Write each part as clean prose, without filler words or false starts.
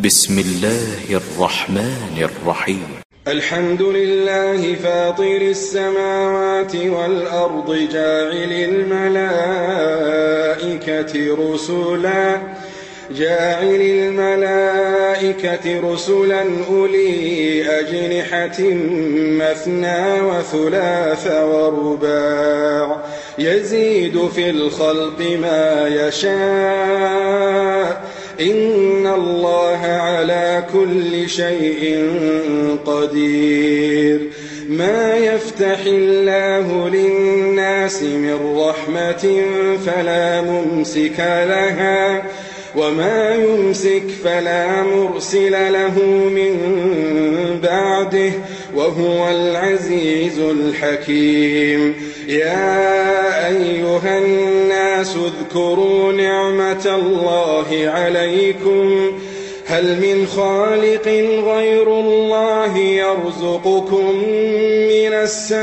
بسم الله الرحمن الرحيم. الحمد لله فاطر السماوات والأرض جاعل الملائكة رسلا أولي أجنحة مثنى وثلاث ورباع يزيد في الخلق ما يشاء إن الله على كل شيء قدير. ما يفتح الله للناس من رحمة فلا ممسك لها وما يمسك فلا مرسل له من بعده وهو العزيز الحكيم. يا أيها الناس اذكروا نعمة الله عليكم هل من خالق غير الله يرزقكم من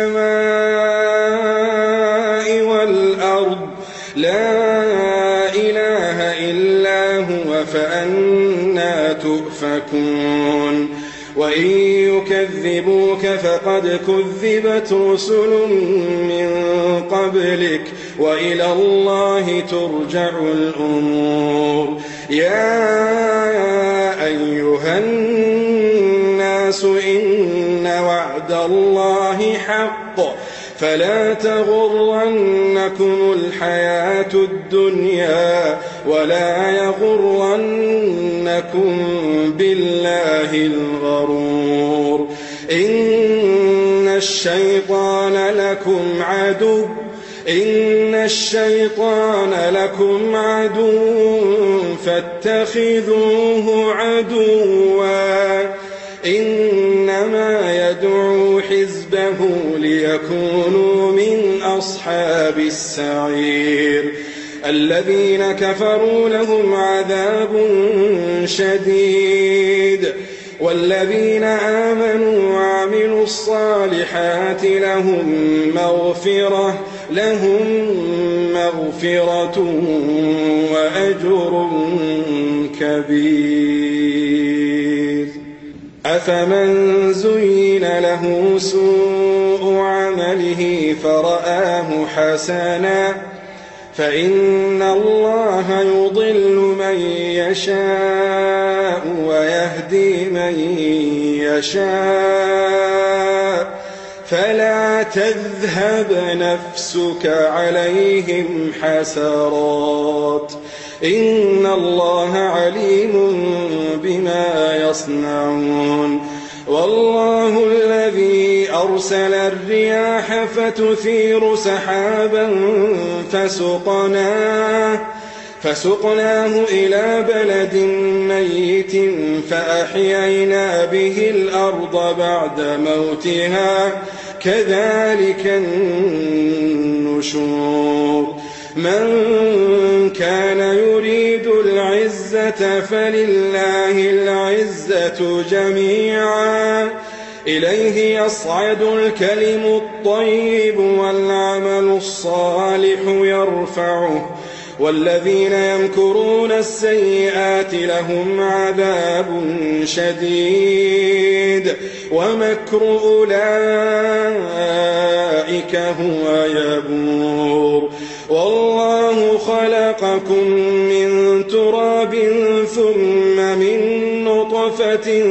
السماء والأرض لا إله إلا هو فأنى تؤفكون. وإن يكذبوك فقد كذبت رسل من قبلك وإلى الله ترجع الأمور. يا أيها الناس إن وعد الله حق فلا تغرنكم الحياة الدنيا ولا يغرنكم بالله الغرور. إن الشيطان لكم عدو فاتخذوه عدوا إنما يدعو حزبه ليكونوا من أصحاب السعير. الذين كفروا لهم عذاب شديد والذين آمنوا وعملوا الصالحات لهم مغفرة وأجر كبير. أفمن زين له سوء عمله فرآه حسنا فإن الله يضل من يشاء ويهدي من يشاء فلا تذهب نفسك عليهم حسرات إن الله عليم بما يصنعون. والله الذي أرسل الرياح فتثير سحابا فسقناه إلى بلد ميت فأحيينا به الأرض بعد موتها كذلك النشور. من كان يريد العزة فلله العزة جميعا إليه يصعد الكلم الطيب والعمل الصالح يرفعه والذين يمكرون السيئات لهم عذاب شديد ومكر أولئك هو يبور. والله خلقكم من تراب ثم من نطفة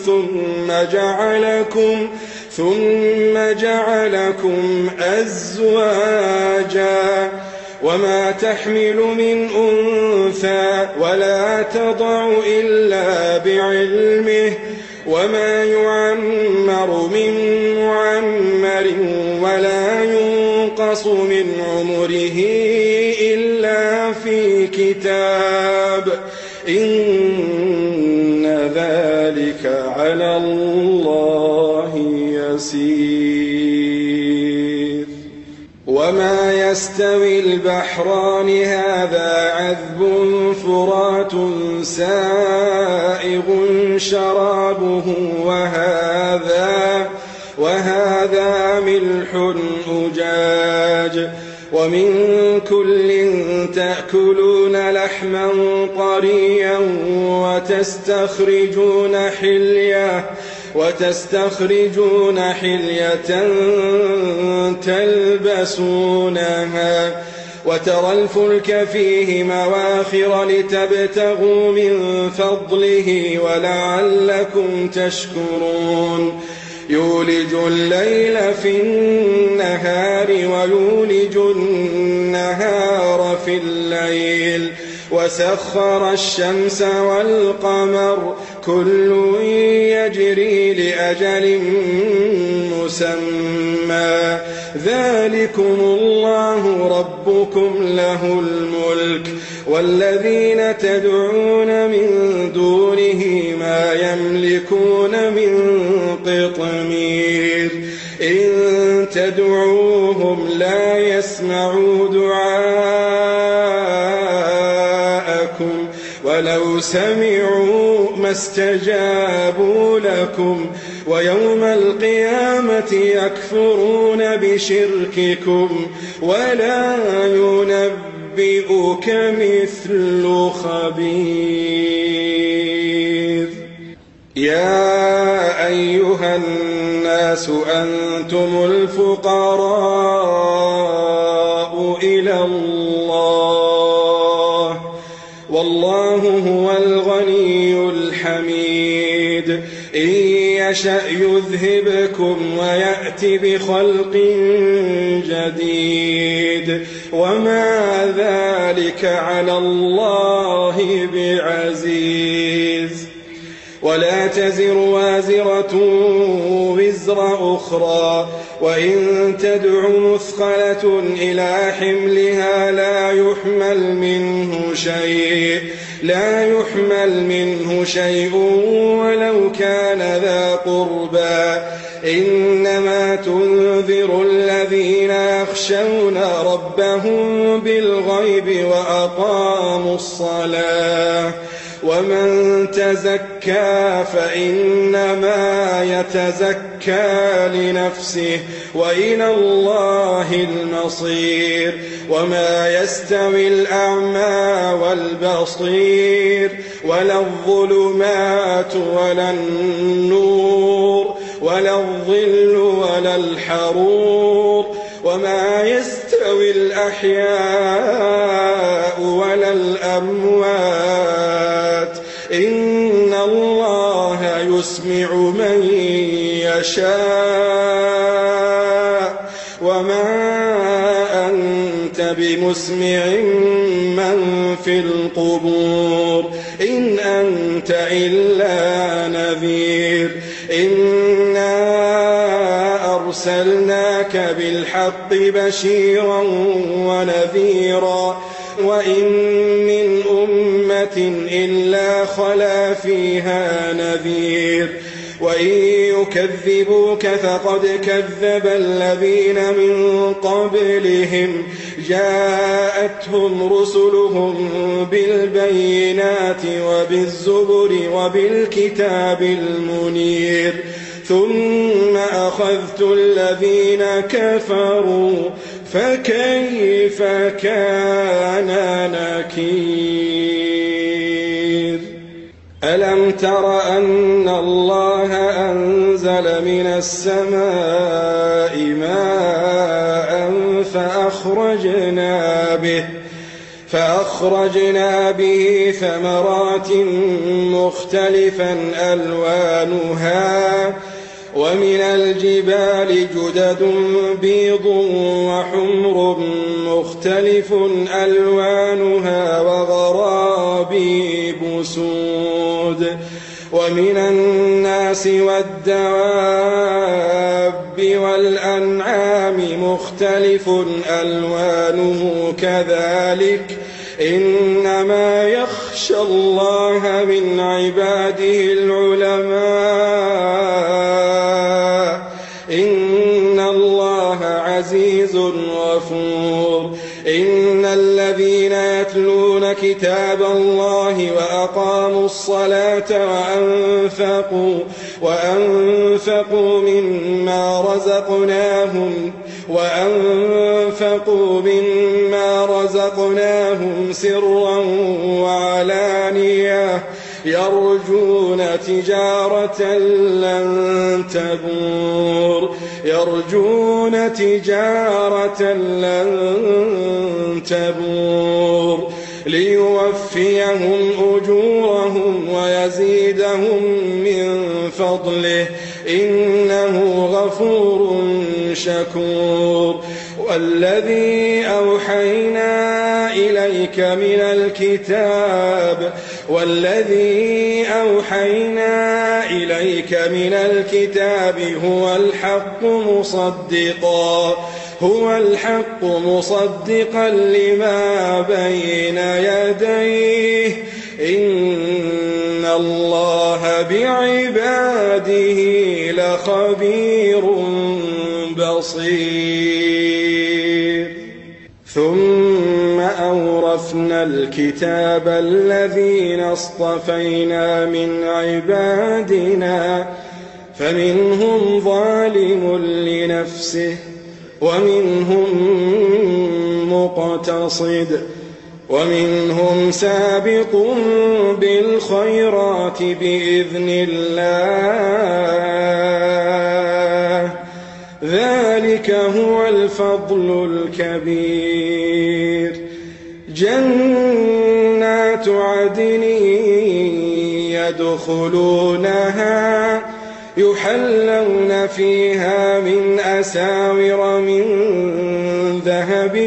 ثم جعلكم أزواجا وما تحمل من أنثى ولا تضع إلا بعلمه وما يعمر من معمر ولا ينقص من عمره إلا في كتاب إن ذلك على الله يسير. وما يستوي البحران هذا عذب فرات سائغ شرابه وهذا ملح أجاج ومن كل تأكلون لحما طريا وتستخرجون حلية تلبسونها وترى الفلك فيه مواخر لتبتغوا من فضله ولعلكم تشكرون يولج الليل في النهار ويولج النهار في الليل وسخر الشمس والقمر كل يجري لأجل مسمى ذلكم الله ربكم له الملك والذين تدعون من دونه ما يملكون من قطمير إن تدعوهم لا يسمعوا دعاءكم ولو سمعوا ما استجابوا لكم ويوم القيامة يكفرون بشرككم ولا ينبئك مثل خبير يا أيها الناس أنتم الفقراء إلى الله والله هو الغني الحميد إن يشأ يذهبكم ويأت بخلق جديد وما ذلك على الله بعزيز ولا تزر وازرة وزر أخرى وإن تدع مثقلة إلى حملها لا يحمل منه شيء ولو كان ذا قربى إنما تنذر الذين يخشون ربهم بالغيب وأقاموا الصلاة ومن تزكى فإنما يتزكى لنفسه وإلى الله المصير وما يستوي الأعمى والبصير ولا الظلمات ولا النور ولا الظل ولا الحرور وما يستوي الأحياء ولا الأموات إن الله يسمع من يشاء وما أنت بمسمع من في القبور إن أنت إلا نذير إنا أرسلناك بالحق بشيرا ونذيرا وإن من أمة إلا خلا فيها نذير وإن يكذبوك فقد كذب الذين من قبلهم جاءتهم رسلهم بالبينات وبالزبر وبالكتاب المنير ثم أخذت الذين كفروا فكيف كان نكير ألم تر أن الله أنزل من السماء ماء فأخرجنا به ثمرات مختلفا ألوانها ومن الجبال جدد بيض وحمر مختلف ألوانها وغرابيب سود ومن الناس والدواب والأنعام مختلف ألوانه كذلك إنما يخشى الله من عباده العلماء إن الله عزيز غفور إن الذين يتلون كتاب الله وأقاموا الصلاة وأنفقوا مما رزقناهم وأنفقوا مما رزقناهم سرا وعلانية يرجون تجارة لن تبور ليوفيهم أجورهم ويزيدهم من فضله إنه غفور شكور. والذي أوحينا إليك من الكتاب هو الحق مصدقا لما بين يديه إن الله بعباده لخبير بصير. ثم أورثنا الكتاب الذين اصطفينا من عبادنا فمنهم ظالم لنفسه ومنهم مقتصد ومنهم سابق بالخيرات بإذن الله ذلك هو الفضل الكبير. جنات عدن يدخلونها يحلون فيها من أساور من ذهب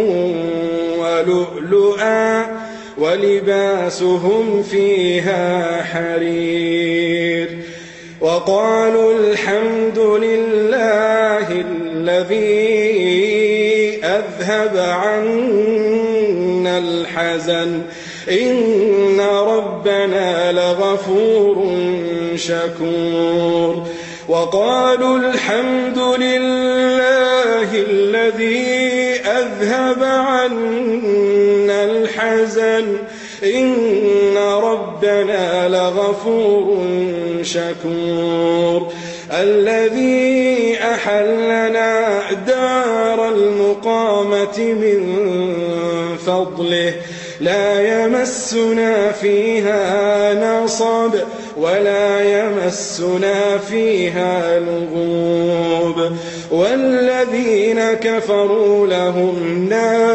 ولؤلؤا ولباسهم فيها حرير. وقالوا الحمد لله الذي أذهب عنا الحزن إن ربنا لغفور شكور. وقالوا الحمد لله الذي أذهب عنا الحزن إن ربنا لغفور شكور. الذي أحلنا دار المقامة من فضله لا يمسنا فيها نصب ولا يمسنا فيها لغوب. والذين كفروا لهم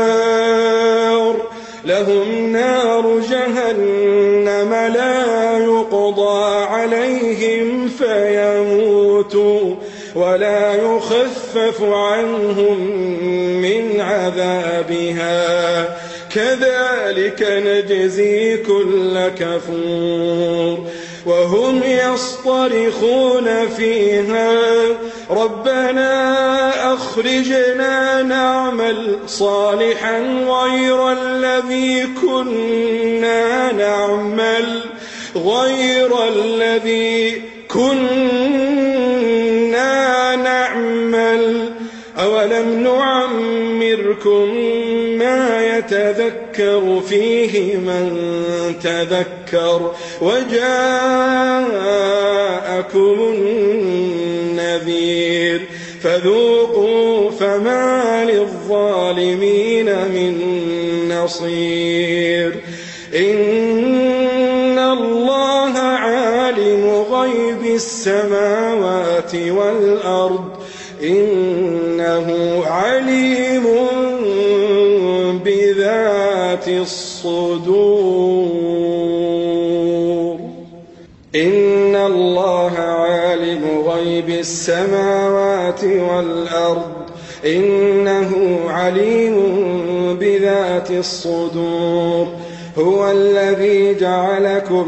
نار جهنم لا يقضى عليهم فيموتوا ولا يخفف عنهم من عذابها كذلك نجزي كل كفور. وهم يصطرخون فيها ربنا أخرجنا نعمل صالحا غير الذي كنا نعمل أولم نعمركم ما يتذكر فيه من تذكر وجاءكم النذير فذوقوا فما للظالمين من نصير. إن الله عالم غيب السماوات والأرض إنه عليم بذات الصدور. إن الله عالم غيب السماوات والأرض إنه عليم بذات الصدور. هو الذي جعلكم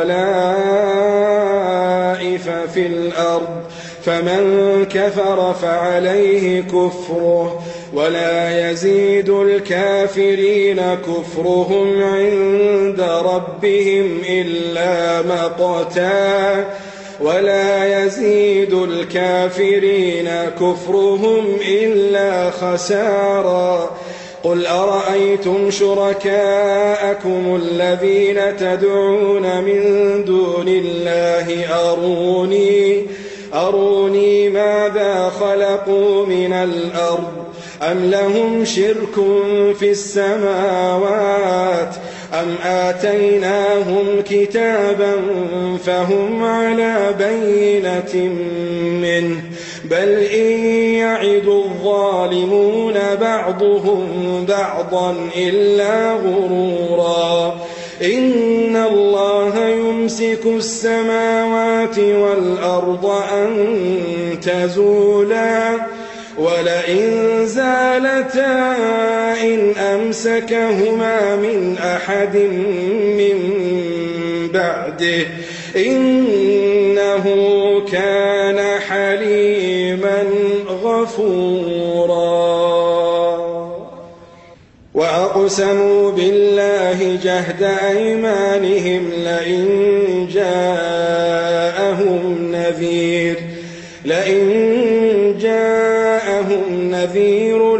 خلائف في الأرض فمن كفر فعليه كفره ولا يزيد الكافرين كفرهم عند ربهم إلا مقتا ولا يزيد الكافرين كفرهم إلا خسارا. قل أرأيتم شركاءكم الذين تدعون من دون الله أروني ماذا خلقوا من الأرض أم لهم شرك في السماوات أم آتيناهم كتابا فهم على بينة منه بل إن يعد الظالمون بعضهم بعضا إلا غرورا إن الله يمسك السماوات والأرض أن تزولا ولئن زالتا إن أمسكهما من أحد من بعده إنه كان حليما غفورا وأقسموا بالله جهد أيمانهم لئن جاءهم نذير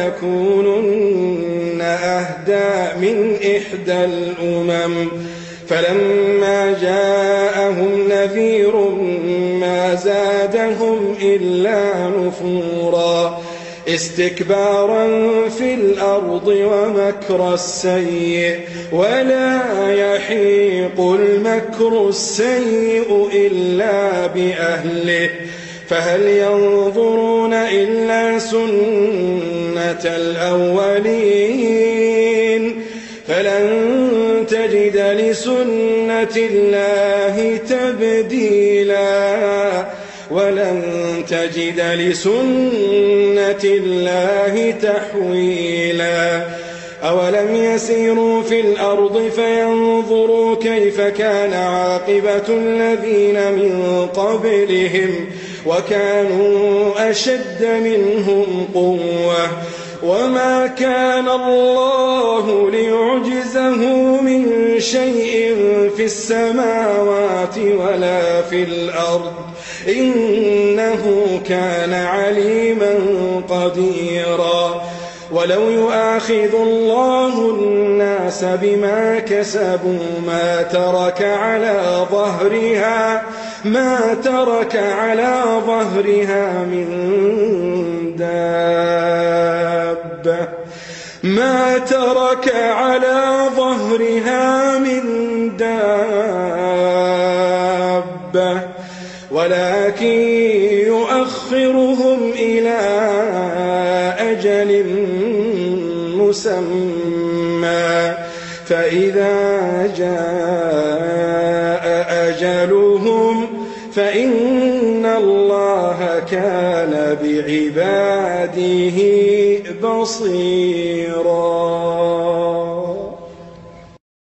ليكونن أهدى من إحدى الأمم فلما جاءهم نذير ما زادهم إلا نفورا استكبارا في الأرض ومكر السيء ولا يحيق المكر السيء إلا بأهله فهل ينظرون إلا سنة الأولين فلن تجد لسنة الله تبديلا ولن تجد لسنة الله تحويلا أولم يسيروا في الأرض فينظروا كيف كان عاقبة الذين من قبلهم وكانوا أشد منهم قوة وما كان الله ليعجزه من شيء في السماوات ولا في الأرض إنه كان عليما قديرا ولو يؤاخذ الله الناس بما كسبوا ما ترك على ظهرها من دابة ولكن يؤخرهم إلى أجل مسمى فإذا جاء أجلهم فإن الله كان بعباده بصيرا.